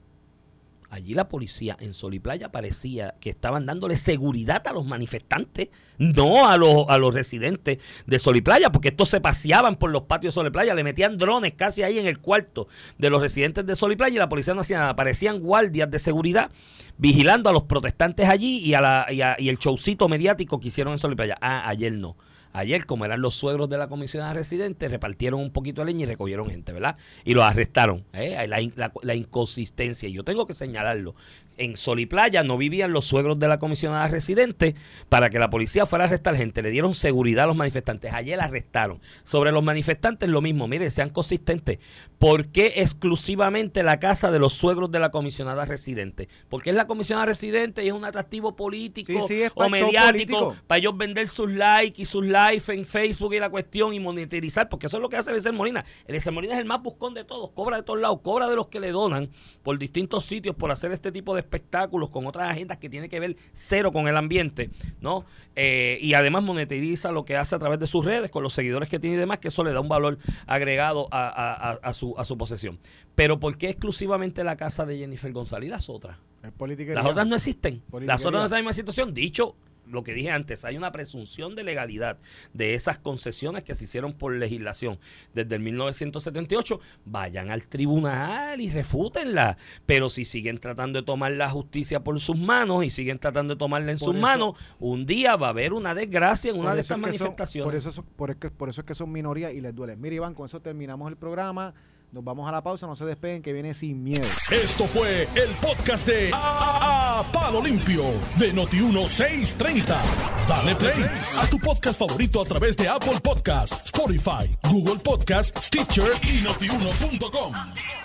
Allí la policía en Sol y Playa parecía que estaban dándole seguridad a los manifestantes, no a los, a los residentes de Sol y Playa, porque estos se paseaban por los patios de Sol y Playa, le metían drones casi ahí en el cuarto de los residentes de Sol y Playa y la policía no hacía nada. Parecían guardias de seguridad vigilando a los protestantes allí y, a la, y, a, y el showcito mediático que hicieron en Sol y Playa. Ah, ayer no. Ayer, como eran los suegros de la comisionada residente, repartieron un poquito de leña y recogieron gente, ¿verdad? Y los arrestaron. ¿eh? La, la, la inconsistencia. Y yo tengo que señalarlo. En Sol y Playa no vivían los suegros de la comisionada residente para que la policía fuera a arrestar gente. Le dieron seguridad a los manifestantes. Ayer arrestaron. Sobre los manifestantes lo mismo. Miren, sean consistentes. ¿Por qué exclusivamente la casa de los suegros de la comisionada residente? Porque es la comisionada residente y es un atractivo político sí, sí, o mediático para ellos vender sus likes y sus live en Facebook y la cuestión y monetarizar, porque eso es lo que hace Eliezer Molina. Eliezer Molina es el más buscón de todos, cobra de todos lados, cobra de los que le donan por distintos sitios por hacer este tipo de espectáculos con otras agendas que tiene que ver cero con el ambiente, ¿no? Eh, y además monetiza lo que hace a través de sus redes, con los seguidores que tiene y demás, que eso le da un valor agregado a, a, a, a, su, a su posesión. Pero ¿por qué exclusivamente la casa de Jennifer González y las otras? Las otras no existen. Las otras no están en la misma situación. Dicho lo que dije antes, hay una presunción de legalidad de esas concesiones que se hicieron por legislación desde el mil novecientos setenta y ocho. Vayan al tribunal y refútenla. Pero si siguen tratando de tomar la justicia por sus manos y siguen tratando de tomarla en por sus eso, manos, un día va a haber una desgracia en una de esas manifestaciones. Son, por, eso son, por, es que, por eso es que son minorías y les duele. Mira, Iván, con eso terminamos el programa. Nos vamos a la pausa, no se despeguen, que viene Sin Miedo. Esto fue el podcast de A, A Palo Limpio de Noti uno seiscientos treinta. Dale play a tu podcast favorito a través de Apple Podcasts, Spotify, Google Podcasts, Stitcher y notiuno punto com.